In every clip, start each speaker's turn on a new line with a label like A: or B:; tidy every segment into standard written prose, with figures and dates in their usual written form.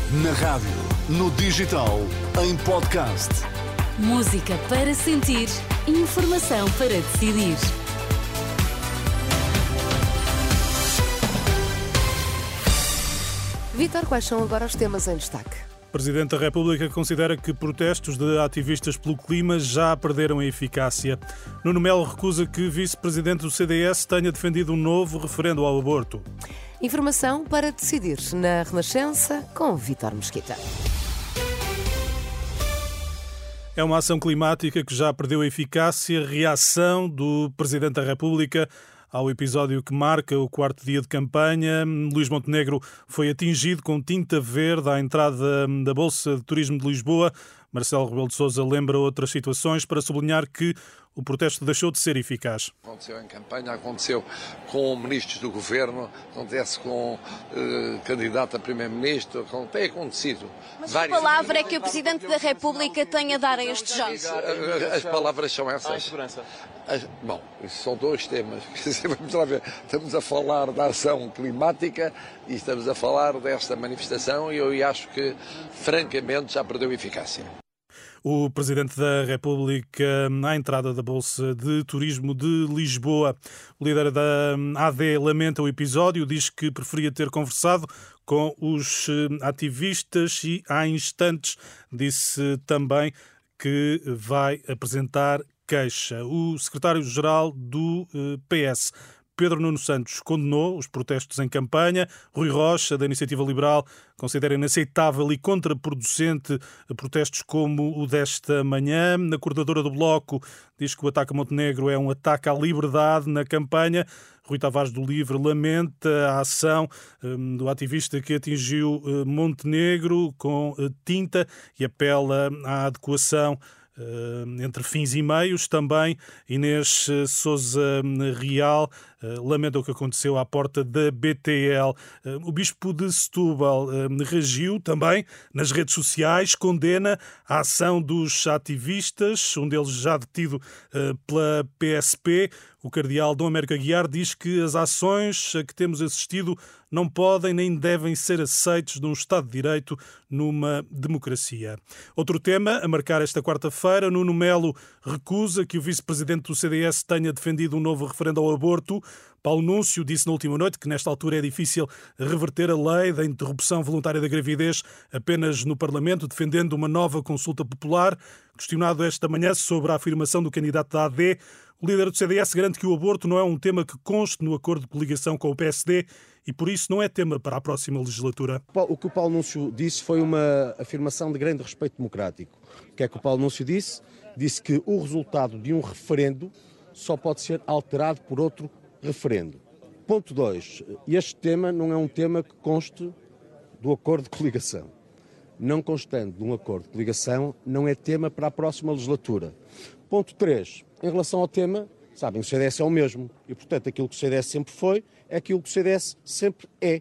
A: Na rádio, no digital, em podcast.
B: Música para sentir, informação para decidir.
C: Vítor, quais são agora os temas em destaque?
D: O Presidente da República considera que protestos de ativistas pelo clima já perderam a eficácia. Nuno Melo recusa que vice-presidente do CDS tenha defendido um novo referendo ao aborto.
C: Informação para decidir na Renascença com Vítor Mesquita.
D: É uma ação climática que já perdeu a eficácia. Reação do Presidente da República ao episódio que marca o quarto dia de campanha. Luís Montenegro foi atingido com tinta verde à entrada da Bolsa de Turismo de Lisboa. Marcelo Rebelo de Sousa lembra outras situações para sublinhar que o protesto deixou de ser eficaz.
E: Aconteceu em campanha, aconteceu com ministros do governo, acontece com candidato a primeiro-ministro, tem acontecido.
F: Mas a palavra é que o Presidente da República tem a dar a este jovem?
E: As palavras são essas. Bom, isso são dois temas. Vamos lá ver. Estamos a falar da ação climática e estamos a falar desta manifestação e eu acho que, francamente, já perdeu eficácia.
D: O Presidente da República à entrada da Bolsa de Turismo de Lisboa. O líder da AD lamenta o episódio, diz que preferia ter conversado com os ativistas e há instantes disse também que vai apresentar queixa. O secretário-geral do PS, Pedro Nuno Santos, condenou os protestos em campanha. Rui Rocha, da Iniciativa Liberal, considera inaceitável e contraproducente protestos como o desta manhã. A coordenadora do Bloco diz que o ataque a Montenegro é um ataque à liberdade na campanha. Rui Tavares do Livre lamenta a ação do ativista que atingiu Montenegro com tinta e apela à adequação entre fins e meios. Também Inês Sousa Real lamenta o que aconteceu à porta da BTL. O Bispo de Setúbal reagiu também nas redes sociais, condena a ação dos ativistas, um deles já detido pela PSP. O cardeal Dom Américo Aguiar diz que as ações a que temos assistido não podem nem devem ser aceites num Estado de Direito, numa democracia. Outro tema a marcar esta quarta-feira, Nuno Melo recusa que o vice-presidente do CDS tenha defendido um novo referendo ao aborto. Paulo Núncio disse na última noite que nesta altura é difícil reverter a lei da interrupção voluntária da gravidez apenas no Parlamento, defendendo uma nova consulta popular. Questionado esta manhã sobre a afirmação do candidato da AD, o líder do CDS garante que o aborto não é um tema que conste no acordo de coligação com o PSD e por isso não é tema para a próxima legislatura.
G: O que o Paulo Núncio disse foi uma afirmação de grande respeito democrático. O que é que o Paulo Núncio disse? Disse que o resultado de um referendo só pode ser alterado por outro referendo. Ponto 2. Este tema não é um tema que conste do acordo de coligação. Não constando de um acordo de coligação, não é tema para a próxima legislatura. Ponto 3. Em relação ao tema, sabem, o CDS é o mesmo. E, portanto, aquilo que o CDS sempre foi, é aquilo que o CDS sempre é.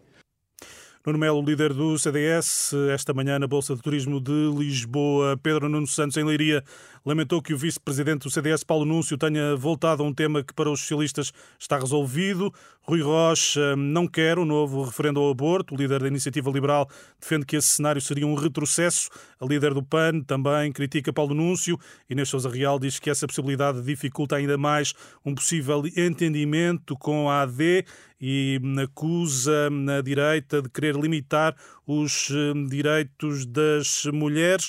D: Nuno Melo, líder do CDS, esta manhã na Bolsa de Turismo de Lisboa. Pedro Nuno Santos, em Leiria, lamentou que o vice-presidente do CDS, Paulo Núncio, tenha voltado a um tema que para os socialistas está resolvido. Rui Rocha não quer um novo referendo ao aborto. O líder da Iniciativa Liberal defende que esse cenário seria um retrocesso. A líder do PAN também critica Paulo Núncio. Inês Sousa Real diz que essa possibilidade dificulta ainda mais um possível entendimento com a AD e acusa a direita de querer limitar os direitos das mulheres.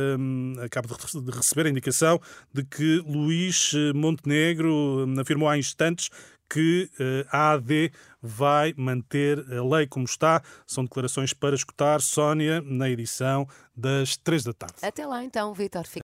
D: Acabo de receber a indicação de que Luís Montenegro afirmou há instantes que a AD vai manter a lei como está. São declarações para escutar, Sónia, na edição das 3 da tarde.
C: Até lá então, Vítor.